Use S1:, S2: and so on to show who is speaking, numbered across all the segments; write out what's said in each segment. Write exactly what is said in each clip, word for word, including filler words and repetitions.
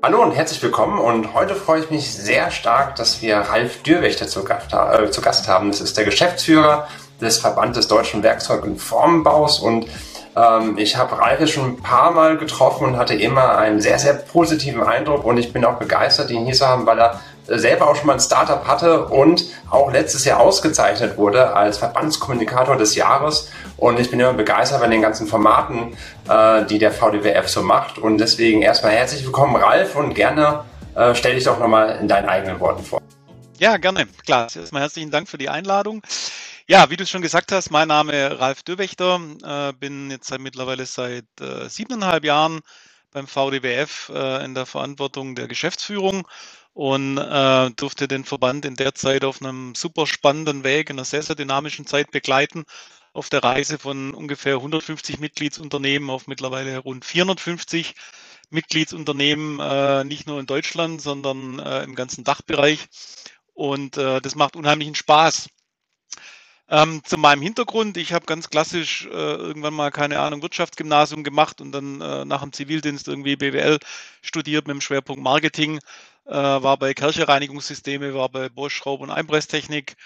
S1: Hallo und herzlich willkommen, und heute freue ich mich sehr stark, dass wir Ralf Dürrwächter zu Gast, äh, zu Gast haben. Das ist der Geschäftsführer des Verband des Deutschen Werkzeug- und Formenbaus, und ähm, ich habe Ralf jetzt schon ein paar Mal getroffen und hatte immer einen sehr, sehr positiven Eindruck, und ich bin auch begeistert, ihn hier zu haben, weil er selber auch schon mal ein Startup hatte und auch letztes Jahr ausgezeichnet wurde als Verbandskommunikator des Jahres. Und ich bin immer begeistert bei den ganzen Formaten, äh, die der V D W F so macht. Und deswegen erstmal herzlich willkommen, Ralf, und gerne äh, stell dich doch nochmal in deinen eigenen Worten vor.
S2: Ja, gerne. Klar. Erstmal herzlichen Dank für die Einladung. Ja, wie du es schon gesagt hast, mein Name Ralf Dürrwächter, äh, bin jetzt seit mittlerweile seit äh, siebeneinhalb Jahren beim V D W F äh, in der Verantwortung der Geschäftsführung und äh, durfte den Verband in der Zeit auf einem super spannenden Weg, in einer sehr, sehr dynamischen Zeit begleiten, auf der Reise von ungefähr hundertfünfzig Mitgliedsunternehmen auf mittlerweile rund vierhundertfünfzig Mitgliedsunternehmen, äh, nicht nur in Deutschland, sondern äh, im ganzen Dachbereich. Und äh, das macht unheimlichen Spaß. Ähm, zu meinem Hintergrund, ich habe ganz klassisch äh, irgendwann mal, keine Ahnung, Wirtschaftsgymnasium gemacht und dann äh, nach dem Zivildienst irgendwie B W L studiert mit dem Schwerpunkt Marketing, äh, war bei Kercher Reinigungssysteme, war bei Bosch Schraub- und Einpresstechnik,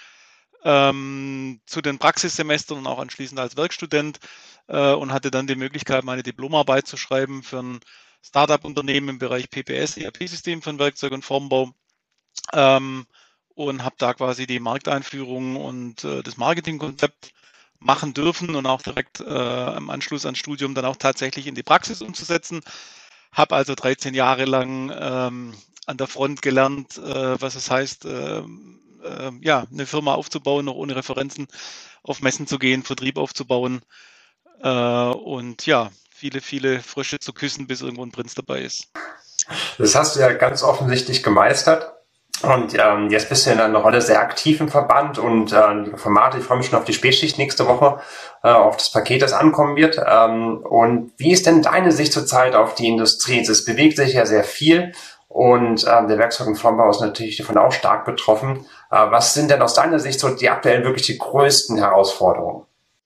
S2: ähm, zu den Praxissemestern und auch anschließend als Werkstudent äh, und hatte dann die Möglichkeit, meine Diplomarbeit zu schreiben für ein Startup-Unternehmen im Bereich P P S, E R P-System von Werkzeug und Formbau. Ähm, und habe da quasi die Markteinführung und äh, das Marketingkonzept machen dürfen und auch direkt äh, im Anschluss ans Studium dann auch tatsächlich in die Praxis umzusetzen. Habe also dreizehn Jahre lang ähm, an der Front gelernt, äh, was es heißt, äh, äh, ja, eine Firma aufzubauen, noch ohne Referenzen auf Messen zu gehen, Vertrieb aufzubauen äh, und ja, viele, viele Frösche zu küssen, bis irgendwo ein Prinz dabei ist.
S1: Das hast du ja ganz offensichtlich gemeistert. Und ähm, jetzt bist du in einer Rolle sehr aktiv im Verband und äh, Formate. Ich freue mich schon auf die Spätschicht nächste Woche, äh, auf das Paket, das ankommen wird. Ähm, und wie ist denn deine Sicht zurzeit auf die Industrie? Es bewegt sich ja sehr viel, und äh, der Werkzeug- und Formbau ist natürlich davon auch stark betroffen. Äh, was sind denn aus deiner Sicht so die aktuell wirklich die größten Herausforderungen?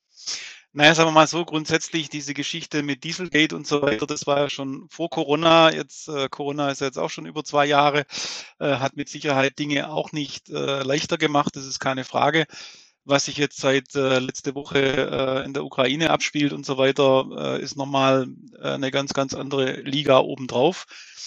S2: Naja, sagen wir mal so, grundsätzlich diese Geschichte mit Dieselgate und so weiter, das war ja schon vor Corona. Jetzt, äh, Corona ist ja jetzt auch schon über zwei Jahre, äh, hat mit Sicherheit Dinge auch nicht äh, leichter gemacht, das ist keine Frage. Was sich jetzt seit äh, letzte Woche äh, in der Ukraine abspielt und so weiter, äh, ist nochmal äh, eine ganz, ganz andere Liga obendrauf.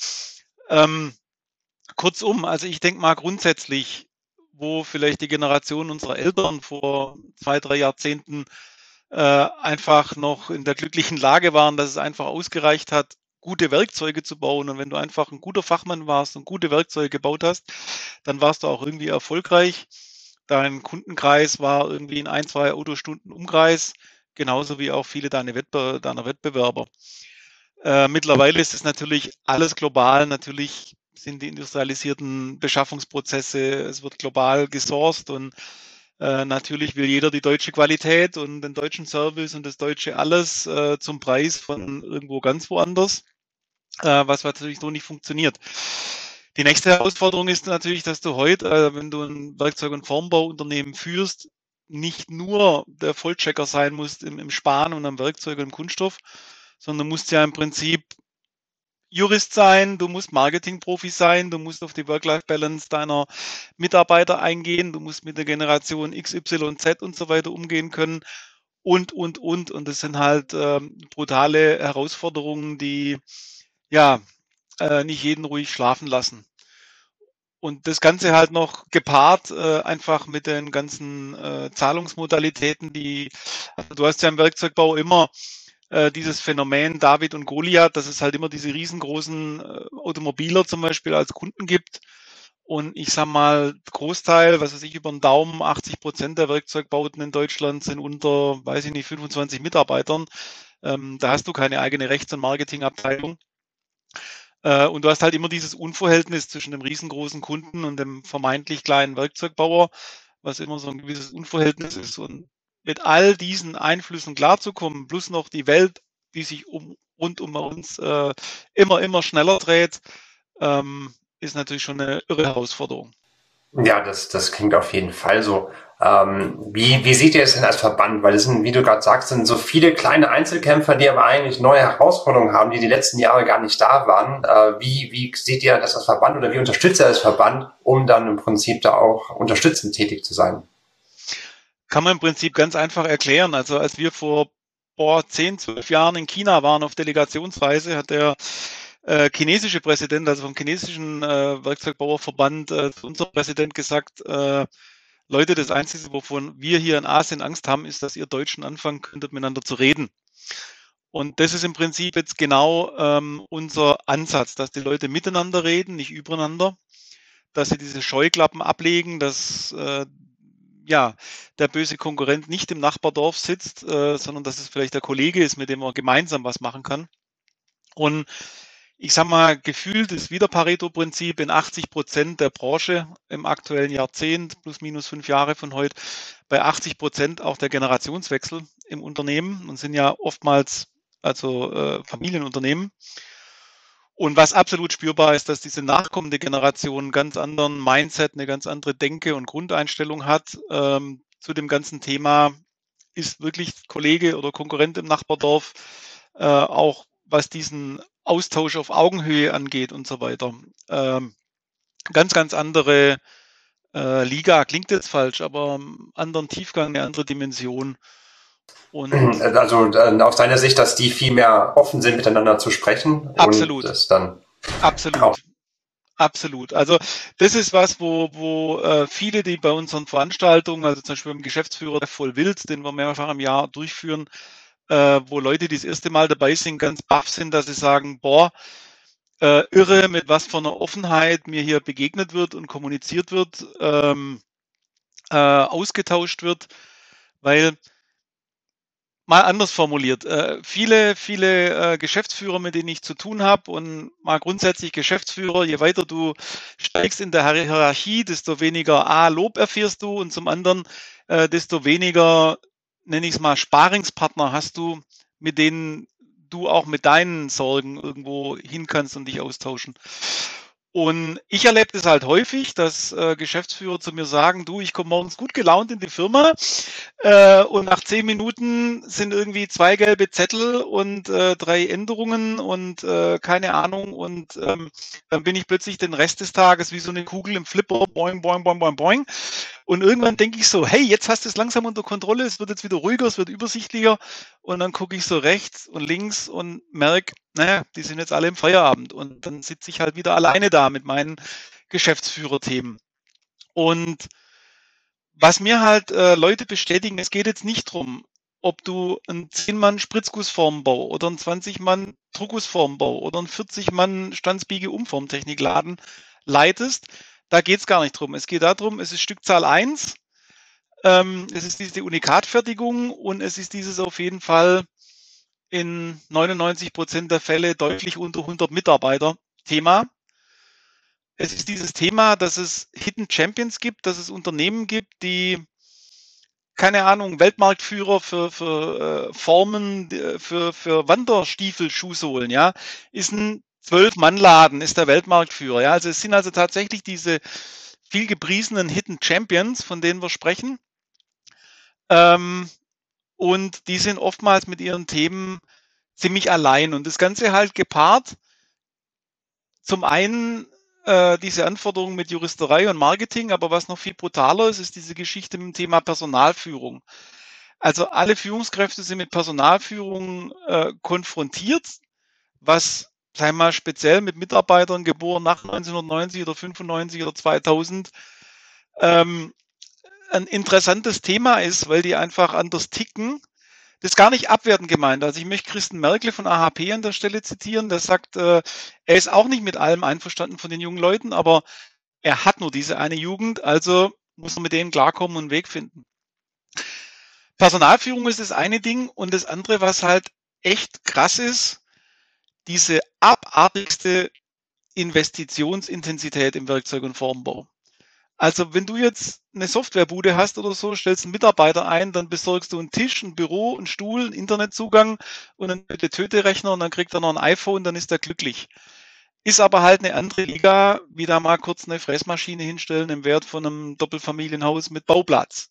S2: Ähm, kurzum, also ich denke mal grundsätzlich, wo vielleicht die Generation unserer Eltern vor zwei, drei Jahrzehnten äh, einfach noch in der glücklichen Lage waren, dass es einfach ausgereicht hat, gute Werkzeuge zu bauen. Und wenn du einfach ein guter Fachmann warst und gute Werkzeuge gebaut hast, dann warst du auch irgendwie erfolgreich. Dein Kundenkreis war irgendwie in ein, zwei Autostunden Umkreis, genauso wie auch viele deine Wettbe deiner Wettbewerber. Äh, mittlerweile ist es natürlich alles global. Natürlich sind die industrialisierten Beschaffungsprozesse, es wird global gesourced und äh, natürlich will jeder die deutsche Qualität und den deutschen Service und das deutsche alles äh, zum Preis von irgendwo ganz woanders, äh, was natürlich so nicht funktioniert. Die nächste Herausforderung ist natürlich, dass du heute, äh, wenn du ein Werkzeug- und Formbauunternehmen führst, nicht nur der Vollchecker sein musst im, im Sparen und am Werkzeug und im Kunststoff, sondern musst ja im Prinzip Jurist sein, du musst Marketingprofi sein, du musst auf die Work-Life-Balance deiner Mitarbeiter eingehen, du musst mit der Generation X, Y, Z und so weiter umgehen können und, und, und. Und das sind halt ähm, brutale Herausforderungen, die ja äh, nicht jeden ruhig schlafen lassen. Und das Ganze halt noch gepaart äh, einfach mit den ganzen äh, Zahlungsmodalitäten, die also du hast ja im Werkzeugbau immer äh, dieses Phänomen David und Goliath, dass es halt immer diese riesengroßen äh, Automobiler zum Beispiel als Kunden gibt. Und ich sag mal, Großteil, was weiß ich, über den Daumen, achtzig Prozent der Werkzeugbauten in Deutschland sind unter, weiß ich nicht, fünfundzwanzig Mitarbeitern. Ähm, da hast du keine eigene Rechts- und Marketingabteilung. Äh, und du hast halt immer dieses Unverhältnis zwischen dem riesengroßen Kunden und dem vermeintlich kleinen Werkzeugbauer, was immer so ein gewisses Unverhältnis ist. Und mit all diesen Einflüssen klarzukommen, plus noch die Welt, die sich um, rund um uns äh, immer, immer schneller dreht, ähm, ist natürlich schon eine irre Herausforderung.
S1: Ja, das, das klingt auf jeden Fall so. Ähm, wie, wie seht ihr es denn als Verband? Weil es sind, wie du gerade sagst, sind so viele kleine Einzelkämpfer, die aber eigentlich neue Herausforderungen haben, die die letzten Jahre gar nicht da waren. Äh, wie, wie seht ihr das als Verband oder wie unterstützt ihr als Verband, um dann im Prinzip da auch unterstützend tätig zu sein?
S2: Kann man im Prinzip ganz einfach erklären. Also als wir vor boah, zehn, zwölf Jahren in China waren auf Delegationsreise, hat der äh, chinesische Präsident, also vom chinesischen äh, Werkzeugbauerverband, äh, zu unserem Präsident gesagt, äh, Leute, das Einzige, wovon wir hier in Asien Angst haben, ist, dass ihr Deutschen anfangen könntet, miteinander zu reden. Und das ist im Prinzip jetzt genau ähm, unser Ansatz, dass die Leute miteinander reden, nicht übereinander, dass sie diese Scheuklappen ablegen, dass äh, ja, der böse Konkurrent nicht im Nachbardorf sitzt, äh, sondern dass es vielleicht der Kollege ist, mit dem man gemeinsam was machen kann. Und ich sage mal, gefühlt ist wieder Pareto-Prinzip in achtzig Prozent der Branche im aktuellen Jahrzehnt, plus minus fünf Jahre von heute, bei achtzig Prozent auch der Generationswechsel im Unternehmen und sind ja oftmals also äh, Familienunternehmen. Und was absolut spürbar ist, dass diese nachkommende Generation einen ganz anderen Mindset, eine ganz andere Denke und Grundeinstellung hat ähm, zu dem ganzen Thema. Ist wirklich Kollege oder Konkurrent im Nachbardorf, äh, auch was diesen Austausch auf Augenhöhe angeht und so weiter. Ähm, ganz, ganz andere äh, Liga, klingt jetzt falsch, aber einen anderen Tiefgang, eine andere Dimension. Und
S1: Also äh, aus deiner Sicht, dass die viel mehr offen sind, miteinander zu sprechen und
S2: absolut,
S1: das dann auch.
S2: absolut. Absolut. Also das ist was, wo, wo äh, viele, die bei unseren Veranstaltungen, also zum Beispiel beim Geschäftsführer der Voll Wild, den wir mehrfach im Jahr durchführen, äh, wo Leute, die das erste Mal dabei sind, ganz baff sind, dass sie sagen, boah, äh, irre, mit was für einer Offenheit mir hier begegnet wird und kommuniziert wird, ähm, äh, ausgetauscht wird, weil mal anders formuliert. Äh, viele, viele äh, Geschäftsführer, mit denen ich zu tun habe und mal grundsätzlich Geschäftsführer, je weiter du steigst in der Hierarchie, desto weniger A, Lob erfährst du und zum anderen, äh, desto weniger, nenne ich es mal, Sparingspartner hast du, mit denen du auch mit deinen Sorgen irgendwo hin kannst und dich austauschen. Und ich erlebe das halt häufig, dass äh, Geschäftsführer zu mir sagen, du, ich komme morgens gut gelaunt in die Firma äh, und nach zehn Minuten sind irgendwie zwei gelbe Zettel und äh, drei Änderungen und äh, keine Ahnung und ähm, dann bin ich plötzlich den Rest des Tages wie so eine Kugel im Flipper, boing, boing, boing, boing, boing. Und irgendwann denke ich so, hey, jetzt hast du es langsam unter Kontrolle, es wird jetzt wieder ruhiger, es wird übersichtlicher und dann gucke ich so rechts und links und merke, naja, die sind jetzt alle im Feierabend und dann sitze ich halt wieder alleine da mit meinen Geschäftsführerthemen. Und was mir halt äh, Leute bestätigen, es geht jetzt nicht drum, ob du einen zehn Mann Spritzgussformbau oder einen zwanzig Mann Druckgussformbau oder einen vierzig Mann Standsbiege-Umformtechnikladen leitest. Da geht es gar nicht drum. Es geht darum, es ist Stückzahl eins, ähm, es ist diese Unikatfertigung und es ist dieses auf jeden Fall in neunundneunzig Prozent der Fälle deutlich unter hundert Mitarbeiter Thema. Es ist dieses Thema, dass es Hidden Champions gibt, dass es Unternehmen gibt, die, keine Ahnung, Weltmarktführer für, für äh, Formen, für, für Wanderstiefel, Schuhsohlen, ja, ist ein Zwölf-Mann-Laden, ist der Weltmarktführer, ja. Also es sind also tatsächlich diese viel gepriesenen Hidden Champions, von denen wir sprechen. Ähm, und die sind oftmals mit ihren Themen ziemlich allein. Und das Ganze halt gepaart, zum einen äh, diese Anforderungen mit Juristerei und Marketing, aber was noch viel brutaler ist, ist diese Geschichte mit dem Thema Personalführung. Also alle Führungskräfte sind mit Personalführung äh, konfrontiert, was, sagen wir mal, speziell mit Mitarbeitern geboren nach neunzehnhundertneunzig oder fünfundneunzig oder zweitausend ähm, ein interessantes Thema ist, weil die einfach anders ticken. Das ist gar nicht abwertend gemeint. Also ich möchte Christen Merkle von A H P an der Stelle zitieren, der sagt, äh, er ist auch nicht mit allem einverstanden von den jungen Leuten, aber er hat nur diese eine Jugend, also muss man mit denen klarkommen und einen Weg finden. Personalführung ist das eine Ding und das andere, was halt echt krass ist, diese abartigste Investitionsintensität im Werkzeug- und Formbau. Also wenn du jetzt eine Softwarebude hast oder so, stellst einen Mitarbeiter ein, dann besorgst du einen Tisch, ein Büro, einen Stuhl, einen Internetzugang und einen Töte-Rechner und dann kriegt er noch ein iPhone, dann ist er glücklich. ist aber halt eine andere Liga, wie da mal kurz eine Fräsmaschine hinstellen im Wert von einem Doppelfamilienhaus mit Bauplatz.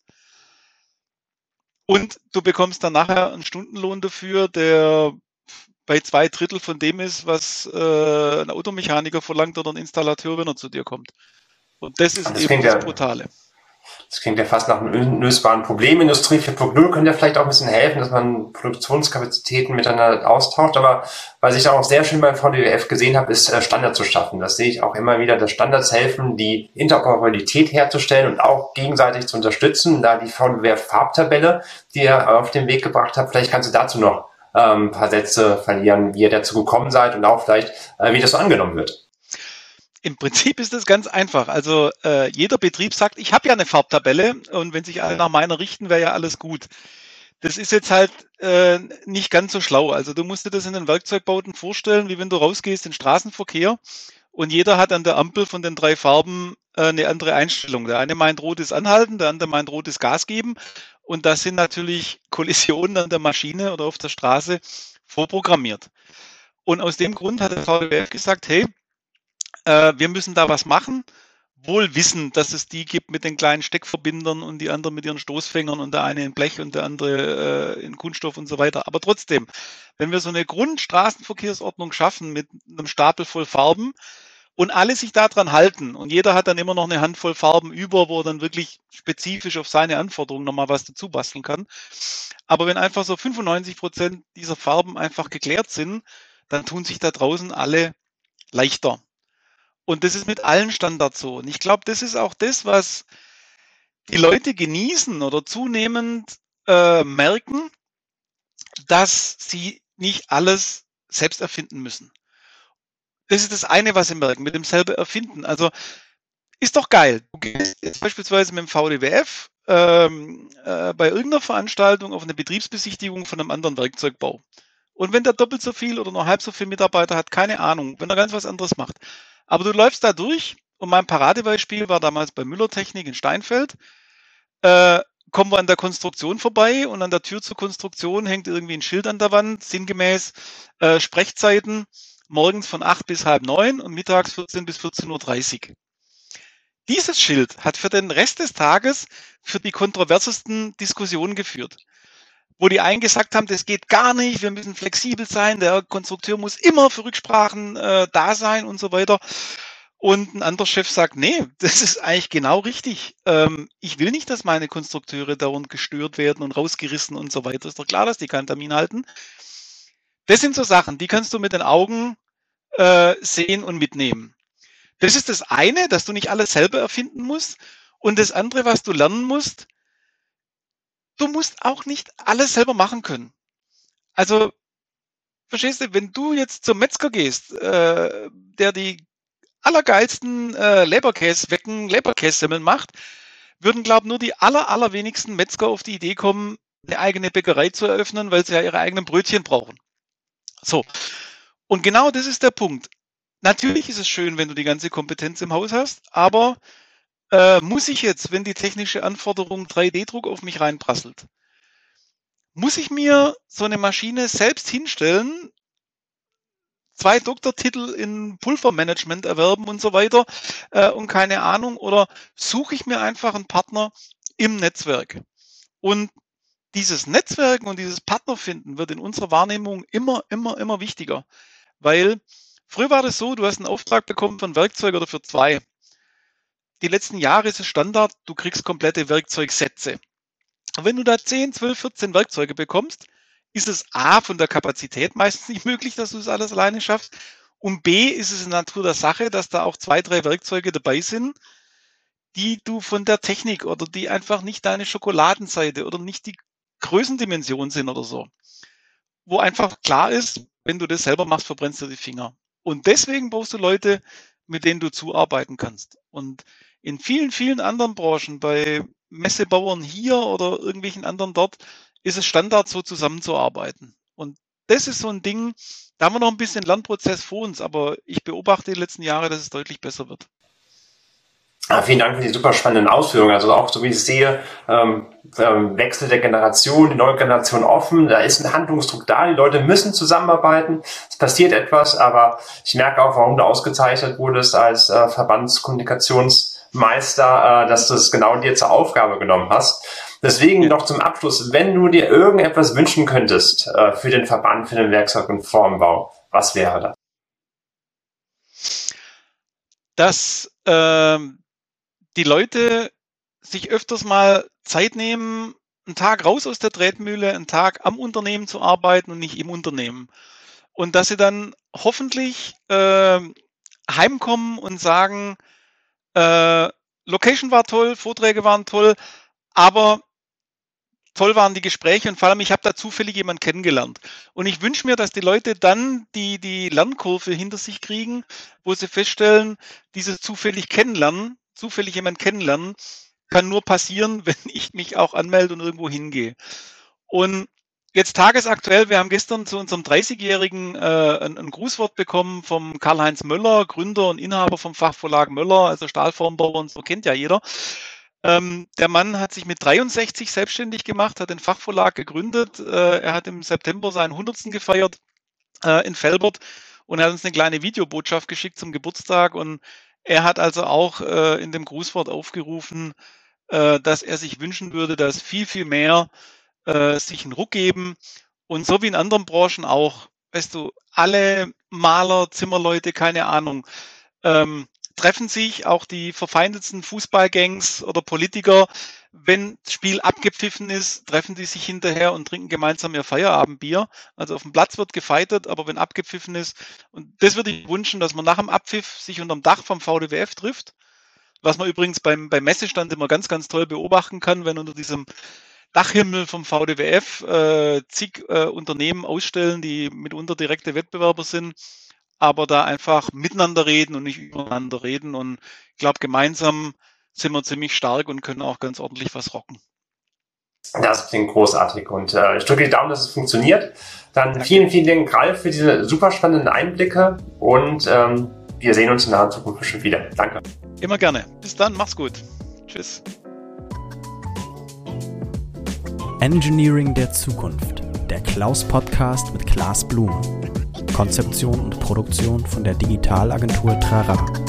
S2: Und du bekommst dann nachher einen Stundenlohn dafür, der bei zwei Drittel von dem ist, was äh, ein Automechaniker verlangt oder ein Installateur, wenn er zu dir kommt. Und das ist
S1: Das
S2: eben
S1: klingt
S2: das
S1: ja,
S2: Brutale.
S1: das klingt ja fast nach einem unlösbaren Problem. Industrie vier Punkt null könnte ja vielleicht auch ein bisschen helfen, dass man Produktionskapazitäten miteinander austauscht. Aber was ich auch sehr schön beim V D W F gesehen habe, ist Standards zu schaffen. Das sehe ich auch immer wieder, dass Standards helfen, die Interoperabilität herzustellen und auch gegenseitig zu unterstützen. Da die V D W F-Farbtabelle, die ihr auf den Weg gebracht habt, vielleicht kannst du dazu noch ähm, ein paar Sätze verlieren, wie ihr dazu gekommen seid und auch vielleicht, äh, wie das so angenommen wird.
S2: Im Prinzip ist es ganz einfach. Also äh, jeder Betrieb sagt, ich habe ja eine Farbtabelle und wenn sich alle nach meiner richten, wäre ja alles gut. Das ist jetzt halt äh, nicht ganz so schlau. Also du musst dir das in den Werkzeugbauten vorstellen, wie wenn du rausgehst in den Straßenverkehr und jeder hat an der Ampel von den drei Farben äh, eine andere Einstellung. Der eine meint rot ist anhalten, der andere meint rot ist Gas geben und das sind natürlich Kollisionen an der Maschine oder auf der Straße vorprogrammiert. Und aus dem Grund hat der V D W F gesagt, hey, äh, wir müssen da was machen, wohl wissend, dass es die gibt mit den kleinen Steckverbindern und die anderen mit ihren Stoßfängern und der eine in Blech und der andere äh, in Kunststoff und so weiter. Aber trotzdem, wenn wir so eine Grundstraßenverkehrsordnung schaffen mit einem Stapel voll Farben und alle sich daran halten und jeder hat dann immer noch eine Handvoll Farben über, wo er dann wirklich spezifisch auf seine Anforderungen nochmal was dazu basteln kann. Aber wenn einfach so fünfundneunzig Prozent dieser Farben einfach geklärt sind, dann tun sich da draußen alle leichter. Und das ist mit allen Standards so. Und ich glaube, das ist auch das, was die Leute genießen oder zunehmend äh, merken, dass sie nicht alles selbst erfinden müssen. Das ist das eine, was sie merken, mit dem selber erfinden. Also ist doch geil. Du gehst jetzt beispielsweise mit dem V D W F ähm, äh, bei irgendeiner Veranstaltung auf eine Betriebsbesichtigung von einem anderen Werkzeugbau. Und wenn der doppelt so viel oder nur halb so viel Mitarbeiter hat, keine Ahnung, wenn er ganz was anderes macht. Aber du läufst da durch und mein Paradebeispiel war damals bei Müller Technik in Steinfeld. Äh, kommen wir an der Konstruktion vorbei und an der Tür zur Konstruktion hängt irgendwie ein Schild an der Wand, sinngemäß äh, Sprechzeiten morgens von acht bis halb neun und mittags vierzehn bis vierzehn Uhr dreißig. Dieses Schild hat für den Rest des Tages für die kontroversesten Diskussionen geführt, wo die einen gesagt haben, das geht gar nicht, wir müssen flexibel sein, der Konstrukteur muss immer für Rücksprachen äh, da sein und so weiter. Und ein anderer Chef sagt, nee, das ist eigentlich genau richtig. Ähm, ich will nicht, dass meine Konstrukteure dauernd gestört werden und rausgerissen und so weiter. Ist doch klar, dass die keinen Termin halten. Das sind so Sachen, die kannst du mit den Augen äh, sehen und mitnehmen. Das ist das eine, dass du nicht alles selber erfinden musst. Und das andere, was du lernen musst, du musst auch nicht alles selber machen können. Also, verstehst du, wenn du jetzt zum Metzger gehst, äh, der die allergeilsten äh, Leberkäse-Wecken, Leberkässemmeln macht, würden, glaube ich, nur die aller, allerwenigsten Metzger auf die Idee kommen, eine eigene Bäckerei zu eröffnen, weil sie ja ihre eigenen Brötchen brauchen. So. Und genau das ist der Punkt. Natürlich ist es schön, wenn du die ganze Kompetenz im Haus hast, aber äh, muss ich jetzt, wenn die technische Anforderung drei D-Druck auf mich reinprasselt, muss ich mir so eine Maschine selbst hinstellen, zwei Doktortitel in Pulvermanagement erwerben und so weiter äh, und keine Ahnung, oder suche ich mir einfach einen Partner im Netzwerk? Und dieses Netzwerken und dieses Partnerfinden wird in unserer Wahrnehmung immer, immer, immer wichtiger, weil früher war das so, du hast einen Auftrag bekommen für ein Werkzeug oder für zwei. Die letzten Jahre ist es Standard, du kriegst komplette Werkzeugsätze. Und wenn du da zehn, zwölf, vierzehn Werkzeuge bekommst, ist es A, von der Kapazität meistens nicht möglich, dass du es alles alleine schaffst. Und B, ist es in der Natur der Sache, dass da auch zwei, drei Werkzeuge dabei sind, die du von der Technik oder die einfach nicht deine Schokoladenseite oder nicht die Größendimension sind oder so. Wo einfach klar ist, wenn du das selber machst, verbrennst du die Finger. Und deswegen brauchst du Leute, mit denen du zuarbeiten kannst. Und in vielen, vielen anderen Branchen, bei Messebauern hier oder irgendwelchen anderen dort, ist es Standard, so zusammenzuarbeiten. Und das ist so ein Ding, da haben wir noch ein bisschen Lernprozess vor uns, aber ich beobachte die letzten Jahre, dass es deutlich besser wird.
S1: Ah, vielen Dank für die super spannenden Ausführungen. Also auch so wie ich sehe, ähm, ähm, Wechsel der Generation, die neue Generation offen, da ist ein Handlungsdruck da, die Leute müssen zusammenarbeiten, es passiert etwas, aber ich merke auch, warum du ausgezeichnet wurdest als äh, Verbandskommunikationsmeister, äh, dass du es genau dir zur Aufgabe genommen hast. Deswegen ja. noch zum Abschluss, wenn du dir irgendetwas wünschen könntest äh, für den Verband, für den Werkzeug- und Formbau, was wäre das?
S2: Dass ähm die Leute sich öfters mal Zeit nehmen, einen Tag raus aus der Tretmühle, einen Tag am Unternehmen zu arbeiten und nicht im Unternehmen. Und dass sie dann hoffentlich äh, heimkommen und sagen, äh, Location war toll, Vorträge waren toll, aber toll waren die Gespräche und vor allem, ich habe da zufällig jemanden kennengelernt. Und ich wünsche mir, dass die Leute dann die, die Lernkurve hinter sich kriegen, wo sie feststellen, dieses zufällig kennenlernen, zufällig jemanden kennenlernen, kann nur passieren, wenn ich mich auch anmelde und irgendwo hingehe. Und jetzt tagesaktuell, wir haben gestern zu unserem dreißigjährigen äh, ein, ein Grußwort bekommen vom Karl-Heinz Möller, Gründer und Inhaber vom Fachverlag Möller, also Stahlformbauer und so, kennt ja jeder. Ähm, der Mann hat sich mit dreiundsechzig selbstständig gemacht, hat den Fachverlag gegründet. Äh, er hat im September seinen hundertsten gefeiert äh, in Velbert und hat uns eine kleine Videobotschaft geschickt zum Geburtstag. Und er hat also auch äh, in dem Grußwort aufgerufen, äh, dass er sich wünschen würde, dass viel, viel mehr äh, sich einen Ruck geben. Und so wie in anderen Branchen auch, weißt du, alle Maler, Zimmerleute, keine Ahnung, ähm, treffen sich auch die verfeindetsten Fußballgangs oder Politiker. Wenn das Spiel abgepfiffen ist, treffen die sich hinterher und trinken gemeinsam ihr Feierabendbier. Also auf dem Platz wird gefeitet, aber wenn abgepfiffen ist, und das würde ich wünschen, dass man nach dem Abpfiff sich unterm Dach vom V D W F trifft, was man übrigens beim, beim Messestand immer ganz, ganz toll beobachten kann, wenn unter diesem Dachhimmel vom V D W F äh, zig äh, Unternehmen ausstellen, die mitunter direkte Wettbewerber sind, aber da einfach miteinander reden und nicht übereinander reden. Und ich glaube, gemeinsam sind wir ziemlich stark und können auch ganz ordentlich was rocken.
S1: Das klingt großartig und äh, ich drücke die Daumen, dass es funktioniert. Dann Danke. vielen, vielen Dank, Ralf, für diese super spannenden Einblicke und ähm, wir sehen uns in naher Zukunft schon wieder. Danke.
S2: Immer gerne. Bis dann, mach's gut. Tschüss.
S3: Engineering der Zukunft. Der Klaus-Podcast mit Klaas Blum. Konzeption und Produktion von der Digitalagentur Trara.